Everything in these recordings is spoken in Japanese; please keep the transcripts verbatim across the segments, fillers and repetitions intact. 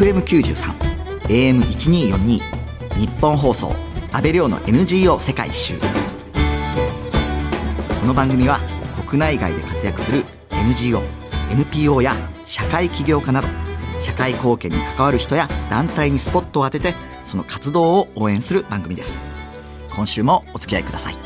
フエムきゅうじゅうさん エーエムせんにひゃくよんじゅうに 日本放送安倍亮の エヌジーオー 世界一周。この番組は国内外で活躍する エヌジーオー、エヌピーオー や社会起業家など社会貢献に関わる人や団体にスポットを当ててその活動を応援する番組です。今週もお付き合いください。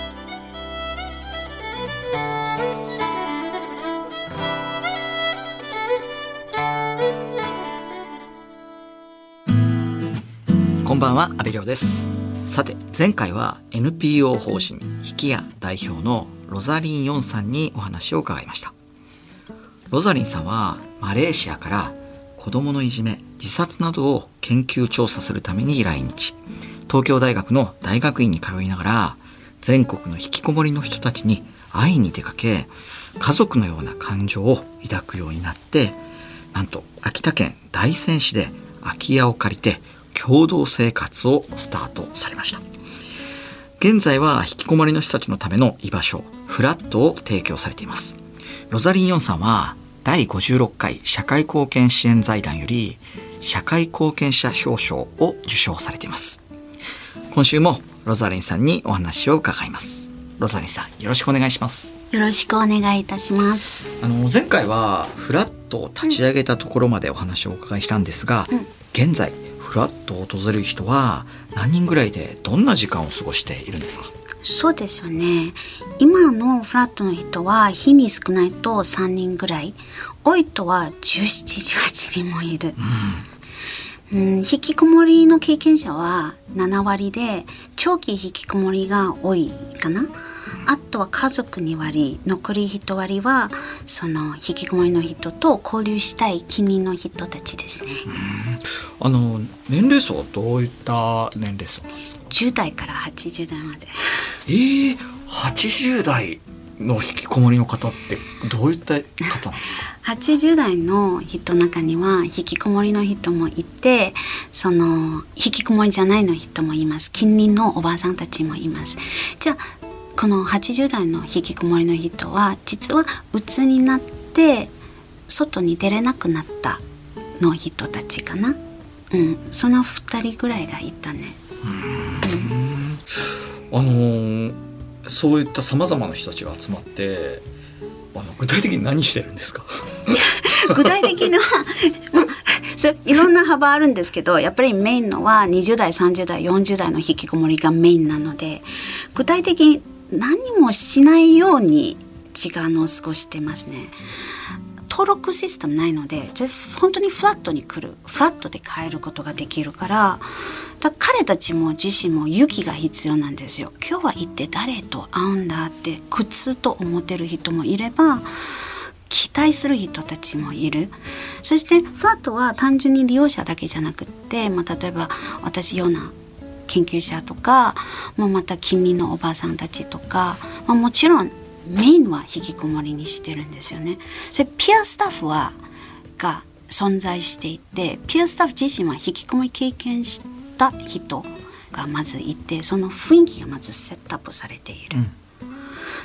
こんばんは、安倍亮です。さて、前回は エヌピーオー 法人ひきや代表のロザリン・ヨンさんにお話を伺いました。ロザリンさんはマレーシアから子どものいじめ、自殺などを研究調査するために来日、東京大学の大学院に通いながら全国の引きこもりの人たちに会いに出かけ、家族のような感情を抱くようになって、なんと秋田県大仙市で空き家を借りて共同生活をスタートされました。現在は引きこもりの人たちのための居場所、フラットを提供されています。ロザリン・ヨンさんはだいごじゅうろっかい社会貢献支援財団より社会貢献者表彰を受賞されています。今週もロザリンさんにお話を伺います。ロザリンさん、よろしくお願いします。 よろしくお願いいたします。 あの前回はフラットを立ち上げたところまでお話をお伺いしたんですが、うん、現在フラットを訪れる人は何人ぐらいでどんな時間を過ごしているんですか？ そうですよね。今のフラットの人は日に少ないとさんにんぐらい、多いとはじゅうなな、じゅうはちにんもいる、うんうん、引きこもりの経験者はななわりで長期引きこもりが多いかな。あとは家族にわり、残りいちわりはその引きこもりの人と交流したい近隣の人たちですね。 うん、あの年齢層はどういった年齢層なんですか？ じゅうだいからはちじゅうだいまで。 えー、はちじゅうだいの引きこもりの方ってどういった方なんですか？ はちじゅうだいの人の中には引きこもりの人もいて、その引きこもりじゃないの人もいます。近隣のおばあさんたちもいます。じゃあこのはちじゅうだいの引きこもりの人は実は鬱になって外に出れなくなったの人たちかな、うん、そのふたりぐらいがいたね。うーん、あのー、そういったさまざまな人たちが集まってあの具体的に何してるんですか？ 具体的には、まあ、それいろんな幅あるんですけど、やっぱりメインのはにじゅうだい、さんじゅうだい、よんじゅうだいの引きこもりがメインなので、具体的に何もしないように時間を過ごしてますね。登録システムないので、じゃ本当にフラットに来る、フラットで帰ることができるから、だ彼たちも自身も勇気が必要なんですよ。今日は行って誰と会うんだって苦痛と思ってる人もいれば、期待する人たちもいる。そしてフラットは単純に利用者だけじゃなくって、まあ、例えば私ような研究者とか、もうまた近隣のおばあさんたちとか、まあ、もちろんメインは引きこもりにしてるんですよね。それピアスタッフはが存在していて、ピアスタッフ自身は引きこもり経験した人がまずいて、その雰囲気がまずセットアップされている、うん、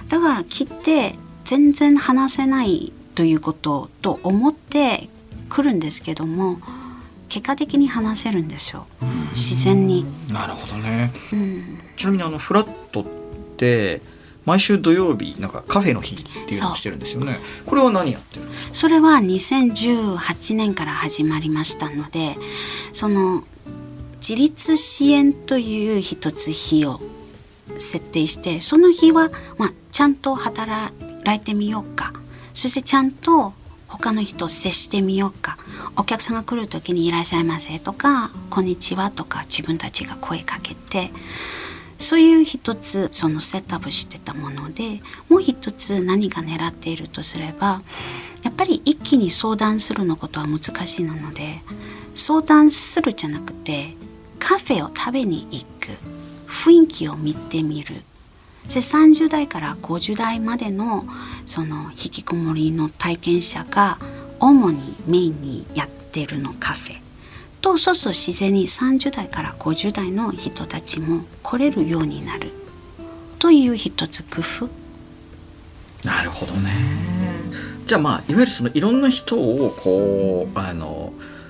だから来て全然話せないということと思って来るんですけども、結果的に話せるんですよ、自然に。 なるほどね、 うん、 ちなみにあのフラットって毎週土曜日なんかカフェの日っていうのをしてるんですよね。これは何やってるんですか？ それはにせんじゅうはちねんから始まりましたので、その自立支援という一つ日を設定して、その日は、まあ、ちゃんと働いてみようか、そしてちゃんと他の人と接してみようか、お客さんが来る時にいらっしゃいませとかこんにちはとか自分たちが声かけて、そういう一つそのセットアップしてたもので、もう一つ何が狙っているとすれば、やっぱり一気に相談するのことは難しいので、相談するじゃなくてカフェを食べに行く、雰囲気を見てみる。でさんじゅうだいからごじゅうだいまでのその引きこもりの体験者が主にメインにやってるのカフェと、そうすると自然にさんじゅうだいからごじゅうだいの人たちも来れるようになるという一つ工夫。 なるほどね。じゃあまあいわゆるそのいろんな人をこうあの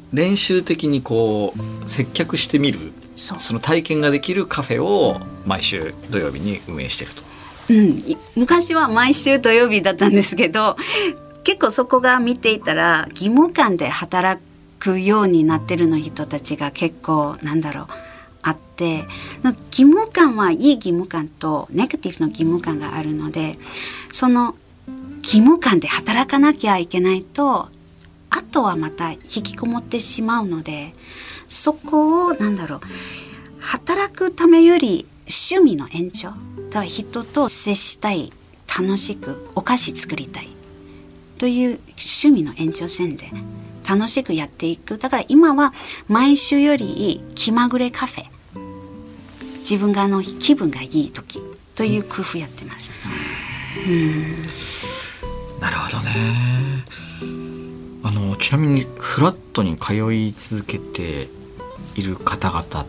練習的にこう接客してみる そ, その体験ができるカフェを毎週土曜日に運営してると。 うん、昔は毎週土曜日だったんですけど、結構そこが見ていたら義務感で働くようになってるの人たちが結構なんだろうあって、義務感はいい義務感とネガティブの義務感があるので、その義務感で働かなきゃいけないとあとはまた引きこもってしまうので、そこをなんだろう働くためより趣味の延長、だから人と接したい、楽しくお菓子作りたいという趣味の延長線で楽しくやっていく。だから今は毎週より気まぐれカフェ、自分があの気分がいい時という工夫やってます。うん、 なるほどね。あのちなみにフラットに通い続けている方々って、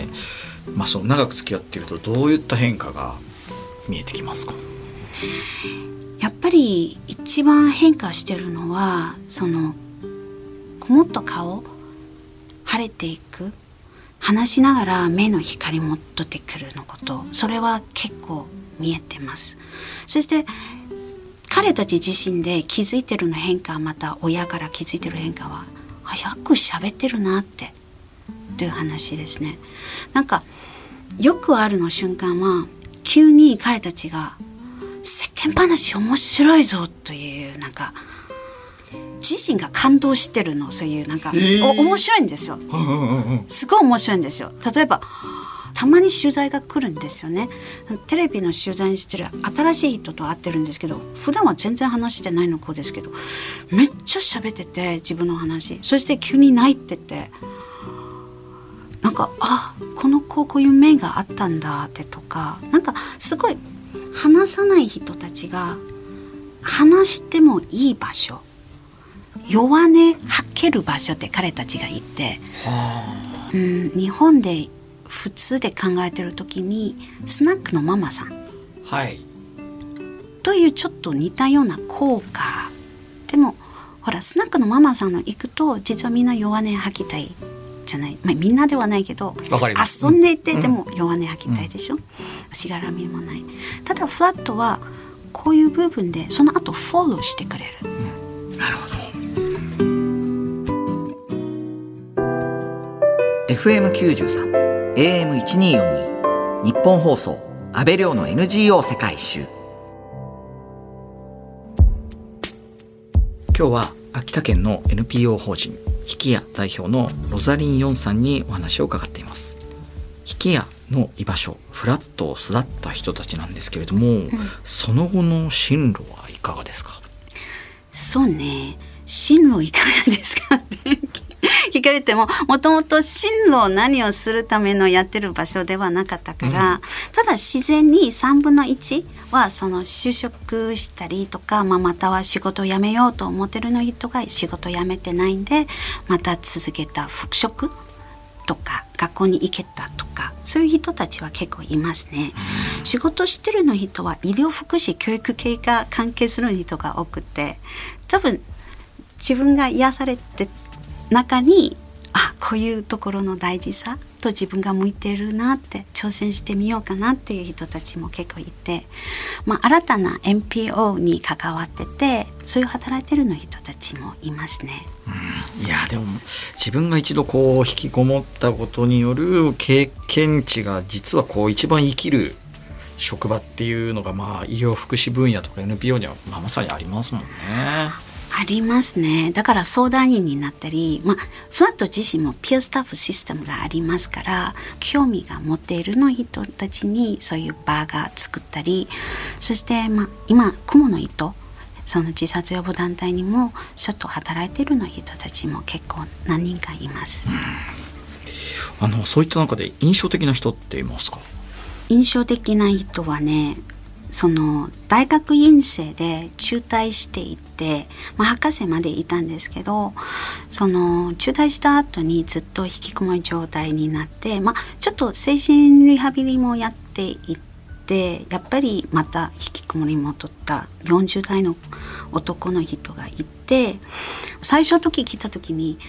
まあ、その長く付き合っているとどういった変化が見えてきますか？ やっぱり一番変化してるのはそのもっと顔晴れていく、話しながら目の光戻ってくるのこと、それは結構見えてます。そして彼たち自身で気づいてるの変化、また親から気づいてる変化は早く喋ってるなってという話ですね。なんかよくあるの瞬間は急に彼たちが世間話面白いぞというなんか自身が感動してるの、そういうなんか、えー、お面白いんですよ。すごい面白いんですよ。例えばたまに取材が来るんですよね。テレビの取材してる新しい人と会ってるんですけど、普段は全然話してないの子ですけど、めっちゃ喋ってて自分の話、そして急に泣いてて、なんかあこの子こういう面があったんだってとか、なんかすごい話さない人たちが話してもいい場所、弱音吐ける場所って彼たちがいて、うん、日本で普通で考えてる時にスナックのママさん、 はい、 というちょっと似たような効果でも、ほらスナックのママさんの行くと実はみんな弱音吐きたいじゃない、まあ、みんなではないけど遊んでいて、うん、でも弱音吐きたいでしょ、うん、しがらみもない。ただフラットはこういう部分でその後フォローしてくれる、 うん、なるほど。 エフエムきゅうじゅうさん エーエムせんにひゃくよんじゅうに 日本放送安倍亮の エヌジーオー 世界一周。今日は秋田県の エヌピーオー 法人ひきや代表のロザリンヨンさんにお話を伺っています。ひきやの居場所、フラットを育った人たちなんですけれども、うん、その後の進路はいかがですか？ そうね、進路いかがですかって聞かれても、もともと進路を何をするためのやってる場所ではなかったから、うん、ただ自然にさんぶんのいちはその就職したりとか、まあ、または仕事を辞めようと思ってるの人が仕事を辞めてないんでまた続けた復職とか学校に行けたとか、そういう人たちは結構いますね。うん、仕事してるの人は医療福祉教育系が関係する人が多くて、多分自分が癒されて中にあこういうところの大事さと自分が向いてるなって挑戦してみようかなっていう人たちも結構いて、まあ、新たな エヌピーオー に関わっててそういう働いてるの人たちもいますね。 うん、いやでも自分が一度こう引きこもったことによる経験値が実はこう一番生きる職場っていうのが、まあ、医療福祉分野とか エヌピーオー には、まあ、まさにありますもんね。 ありますね。だから相談員になったり、まあ、フラット自身もピアスタッフシステムがありますから、興味が持っているの人たちにそういう場が作ったり、そして、まあ、今雲の糸その自殺予防団体にもちょっと働いているの人たちも結構何人かいます。 うん、あのそういった中で印象的な人っていますか？ 印象的な人はね、その大学院生で中退していて、まあ、博士までいたんですけど、その中退した後にずっと引きこもり状態になって、まあ、ちょっと精神リハビリもやっていってやっぱりまた引きこもり戻ったよんじゅう代の男の人がいて、最初時来た時に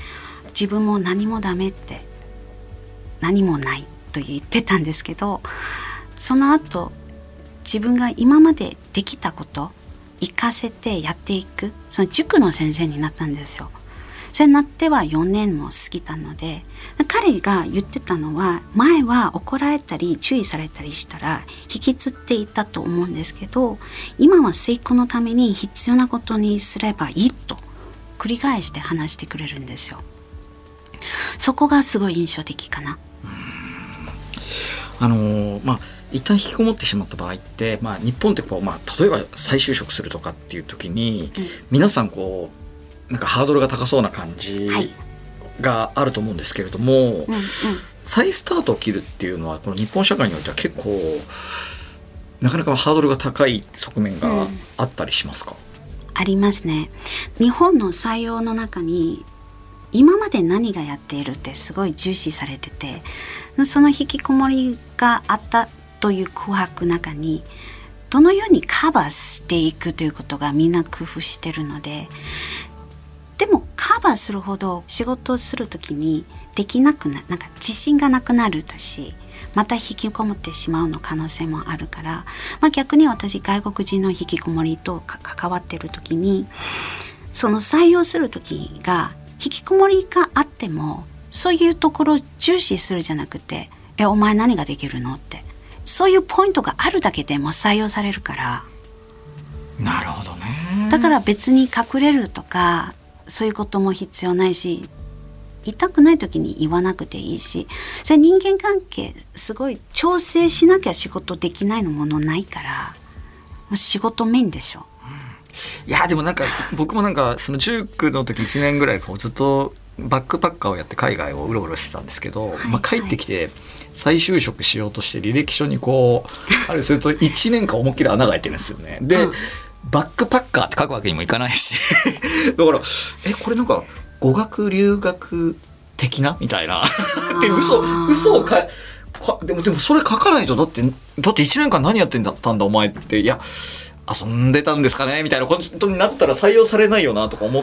自分も何もダメって何もないと言ってたんですけど、その後自分が今までできたこと活かせてやっていく、その塾の先生になったんですよ。それになってはよねんも過ぎたので、彼が言ってたのは、前は怒られたり注意されたりしたら引きつっていたと思うんですけど、今は成功のために必要なことにすればいいと繰り返して話してくれるんですよ。そこがすごい印象的かな。 あのー、まあ一旦引きこもってしまった場合って、まあ、日本ってこう、まあ、例えば再就職するとかっていう時に、うん、皆さんこうなんかハードルが高そうな感じがあると思うんですけれども、はい、うんうん、再スタートを切るっていうのはこの日本社会においては結構なかなかハードルが高い側面があったりしますか？ うん、ありますね。日本の採用の中に今まで何がやっているってすごい重視されてて、その引きこもりがあったという空白の中にどのようにカバーしていくということがみんな工夫してるので、でもカバーするほど仕事をするときにできなくな、なんか自信がなくなるだし、また引きこもってしまうの可能性もあるから、まあ、逆に私外国人の引きこもりと関わっているときに、その採用するときが引きこもりがあってもそういうところを重視するじゃなくて、えお前何ができるのって、そういうポイントがあるだけでも採用されるから。 なるほどね。 だから別に隠れるとかそういうことも必要ないし、痛くない時に言わなくていいし、それ人間関係すごい調整しなきゃ仕事できないのものないから、仕事メインでしょ。 いやでもなんか僕もなんかその塾の時いちねんぐらいこうずっとバックパッカーをやって海外をうろうろしてたんですけど、はいはい、まあ、帰ってきて再就職しようとして履歴書にこうあれするといちねんかん思いっきり穴が開いてるんですよね。で、うん、バックパッカーって書くわけにもいかないしだからえこれなんか語学留学的なみたいなで嘘嘘をかかでもでもそれ書かないと、だってだっていちねんかん何やってんだったんだお前って、いや遊んでたんですかねみたいなことになったら採用されないよなとか思って、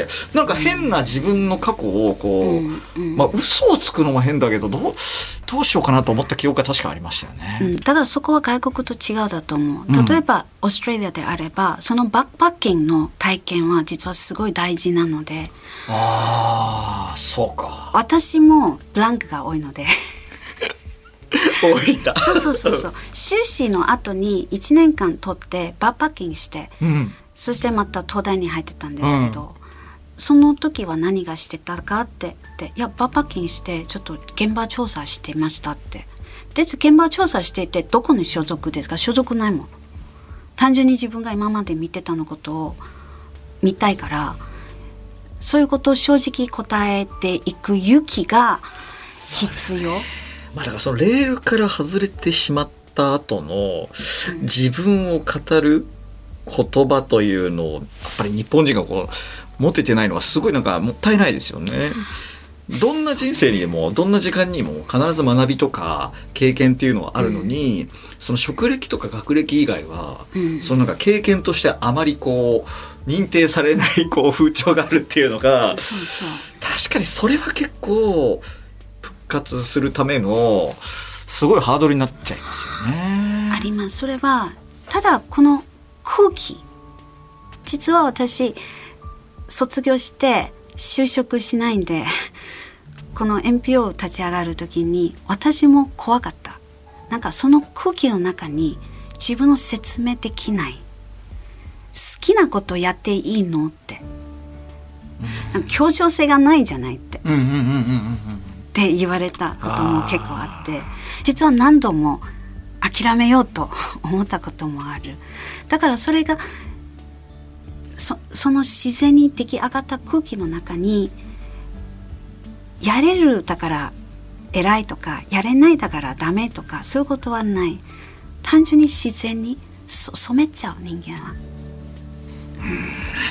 なんか変な自分の過去をこう、うんうん、まあ嘘をつくのも変だけどどうどうしようかなと思った記憶が確かありましたよね。 うん、だからそこは外国と違うだと思う。例えば、うん、オーストラリアであればそのバックパッキングの体験は実はすごい大事なので。 ああそうか。 私もブランクが多いので多いんだそうそうそうそう修士の後にいちねんかん取ってバックパッキングして、うん、そしてまた東大に入ってたんですけど、うん、その時は何がしてたかってで、いやバックパッキングしてちょっと現場調査してましたって。で現場調査していてどこに所属ですか？所属ないもん。単純に自分が今まで見てたのことを見たいから、そういうことを正直答えていく勇気が必要。 まあ、だからそのレールから外れてしまった後の自分を語る言葉というのをやっぱり日本人がこう持ててないのはすごいなんかもったいないですよね。どんな人生にもどんな時間にも必ず学びとか経験っていうのはあるのに、うん、その職歴とか学歴以外は、うん、そのなんか経験としてあまりこう認定されないこう風潮があるっていうのが、 そうそう確かにそれは結構活するためのすごいハードルになっちゃいますよね。 あります。それはただこの空気、実は私卒業して就職しないんで、この エヌピーオー 立ち上がる時に私も怖かった。なんかその空気の中に自分の説明できない、好きなことやっていいのって、うん、なんか協調性がないじゃないって、うんうんうんうんうんって言われたことも結構あって、実は何度も諦めようと思ったこともある。だからそれが そ, その自然に出来上がった空気の中に、やれるだから偉いとかやれないだからダメとかそういうことはない。単純に自然にそ染めちゃう人間は。 うん、なる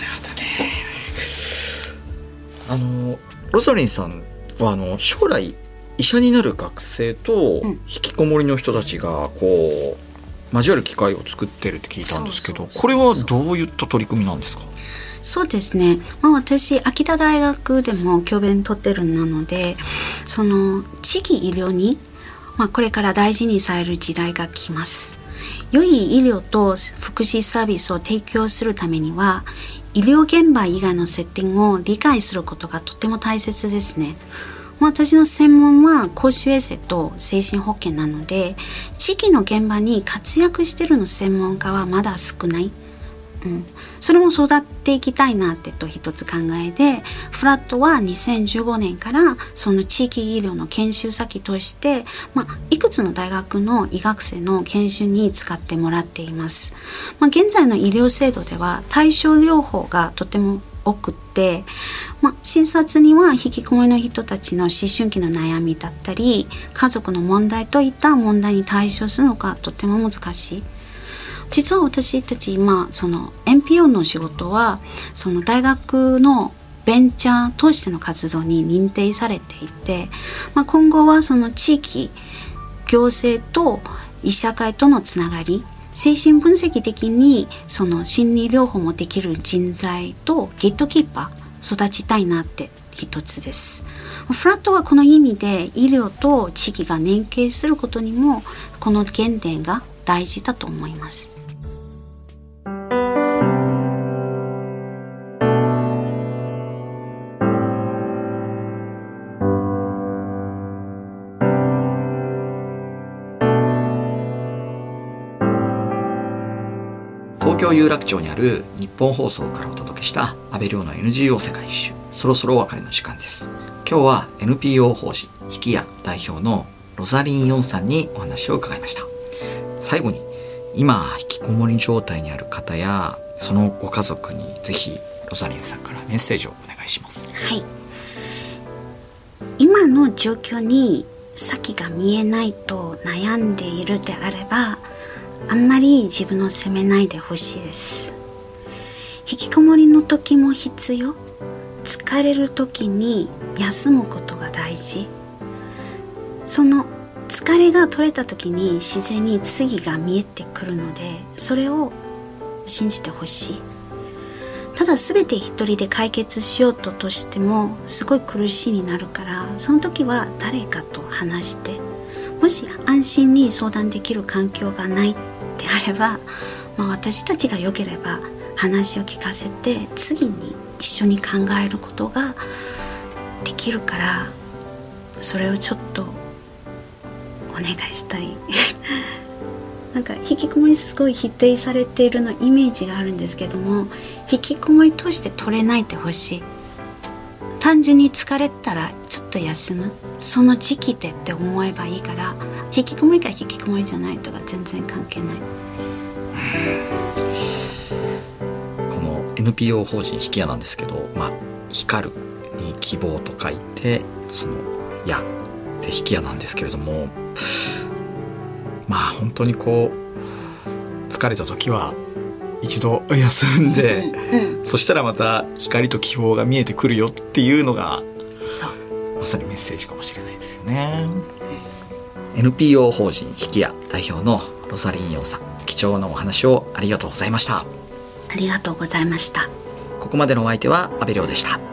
ほどね。あのロサリンさんあの将来医者になる学生と引きこもりの人たちがこう交わる機会を作ってるって聞いたんですけど、これはどういった取り組みなんですか？ そうですね、まあ、私秋田大学でも教鞭取ってるなので、その地域医療に、まあ、これから大事にされる時代が来ます。良い医療と福祉サービスを提供するためには、医療現場以外の設定を理解することがとても大切ですね。私の専門は公衆衛生と精神保健なので、地域の現場に活躍しているの専門家はまだ少ない、うん、それも育っていきたいなってと一つ考えで、フラットはにせんじゅうごねんからその地域医療の研修先として、まあ、いくつの大学の医学生の研修に使ってもらっています。まあ、現在の医療制度では対症療法がとても多くって、まあ、診察には引きこもりの人たちの思春期の悩みだったり家族の問題といった問題に対処するのがとても難しい。実は私たち今その エヌピーオー の仕事はその大学のベンチャーとしての活動に認定されていて、まあ、今後はその地域行政と医社会とのつながり、精神分析的にその心理療法もできる人材とゲートキーパー育ちたいなって一つです。フラットはこの意味で医療と地域が連携することにもこの原点が大事だと思います。 東京有楽町にある日本放送からお届けした安倍亮の エヌジーオー 世界一周、そろそろお別れの時間です。今日は エヌピーオー 法人ひきや代表のロザリン・ヨンさんにお話を伺いました。最後に、今引きこもり状態にある方やそのご家族にぜひロザリンさんからメッセージをお願いします。 はい、今の状況に先が見えないと悩んでいるであれば、あんまり自分を責めないでほしいです。引きこもりの時も必要。疲れる時に休むことが大事。その疲れが取れた時に自然に次が見えてくるので、それを信じてほしい。ただ全て一人で解決しようととしてもすごい苦しいになるから、その時は誰かと話して、もし安心に相談できる環境がないであれば、まあ、私たちが良ければ話を聞かせて次に一緒に考えることができるから、それをちょっとお願いしたいなんか引きこもりすごい否定されているのイメージがあるんですけども、引きこもりとして取れないでほしい。単純に疲れたらちょっと休む、その時期でって思えばいいから、引きこもりか引きこもりじゃないとか全然関係ない。 この エヌピーオー 法人ひきやなんですけど、まあ、光るに希望と書いてそのやでひきやなんですけれども、まあ本当にこう疲れた時は一度休んで、うんうん、そしたらまた光と希望が見えてくるよっていうのがまさにメッセージかもしれないですよね。 エヌピーオー 法人ひきや代表のロザリン・ヨンさん、貴重なお話をありがとうございました。 ありがとうございました。 ここまでのお相手は阿部亮でした。